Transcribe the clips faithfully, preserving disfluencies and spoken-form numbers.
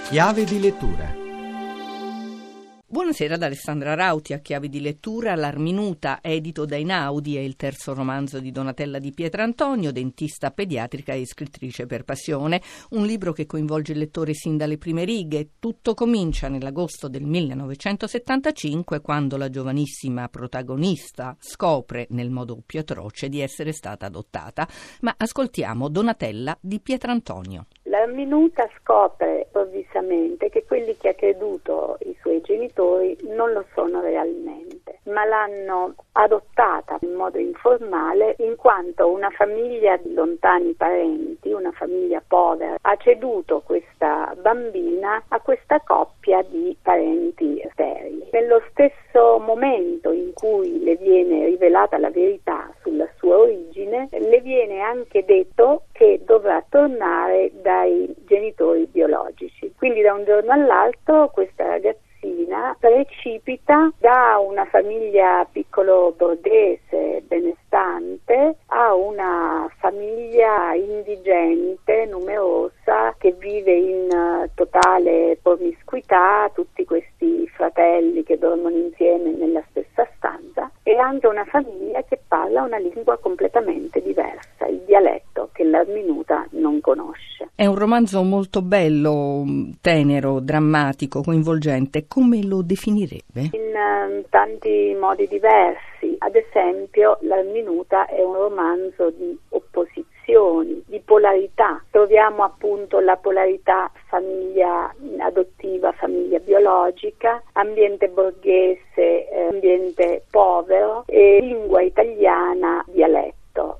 Chiave di lettura. Buonasera da Alessandra Rauti a Chiave di lettura. L'Arminuta, edito da Einaudi, è il terzo romanzo di Donatella Di Pietrantonio, dentista pediatrica e scrittrice per passione. Un libro che coinvolge il lettore sin dalle prime righe. Tutto comincia nell'agosto del millenovecentosettantacinque, quando la giovanissima protagonista scopre, nel modo più atroce, di essere stata adottata. Ma ascoltiamo Donatella Di Pietrantonio. L'Arminuta scopre improvvisamente che quelli che ha creduto i suoi genitori non lo sono realmente, ma l'hanno adottata in modo informale in quanto una famiglia di lontani parenti, una famiglia povera, ha ceduto questa bambina a questa coppia di parenti sterili. Nello stesso momento in cui le viene rivelata la verità sulla sua origine, le viene anche detto che dovrà tornare dai genitori biologici. Quindi da un giorno all'altro questa ragazzina precipita da una famiglia piccolo borghese benestante a una famiglia indigente, numerosa, che vive in totale promiscuità, tutti questi fratelli che dormono insieme nella stessa stanza, e anche una famiglia che parla una lingua completamente diversa, il dialetto che l'Arminuta non conosce. È un romanzo molto bello, tenero, drammatico, coinvolgente. Come lo definirebbe? In uh, tanti modi diversi. Ad esempio, l'Arminuta è un romanzo di opposizioni, di polarità. Troviamo appunto la polarità famiglia adottiva, famiglia biologica, ambiente borghese, eh, ambiente povero, e lingua italiana, dialetto.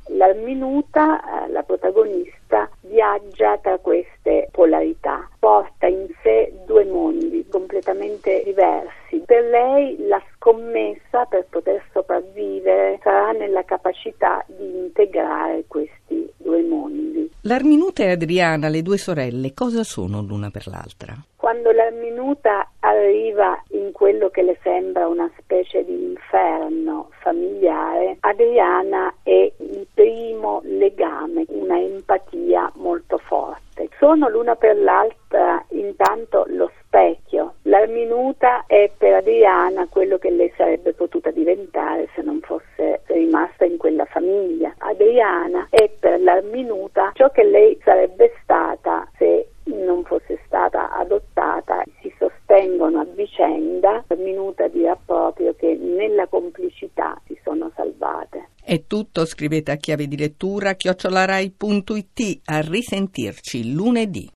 L'Arminuta, eh, la protagonista, viaggia tra queste polarità, porta in sé due mondi completamente diversi. Per lei la scommessa per poter sopravvivere sarà nella capacità di integrare questi due mondi. L'Arminuta e Adriana, le due sorelle, cosa sono l'una per l'altra? Quando l'Arminuta arriva in quello che le sembra una specie di inferno familiare, Adriana è il primo legame, una empatia molto forte. Sono l'una per l'altra intanto lo specchio. L'Arminuta è per Adriana quello che lei sarebbe potuta diventare se non fosse rimasta in quella famiglia. Adriana è per l'Arminuta ciò che lei sarebbe stata se non fosse stata adottata. Si sostengono a vicenda. L'Arminuta dirà proprio che nella complicità si sono salvate. È tutto, scrivete a Chiave di lettura chiocciola rai punto it. A risentirci lunedì.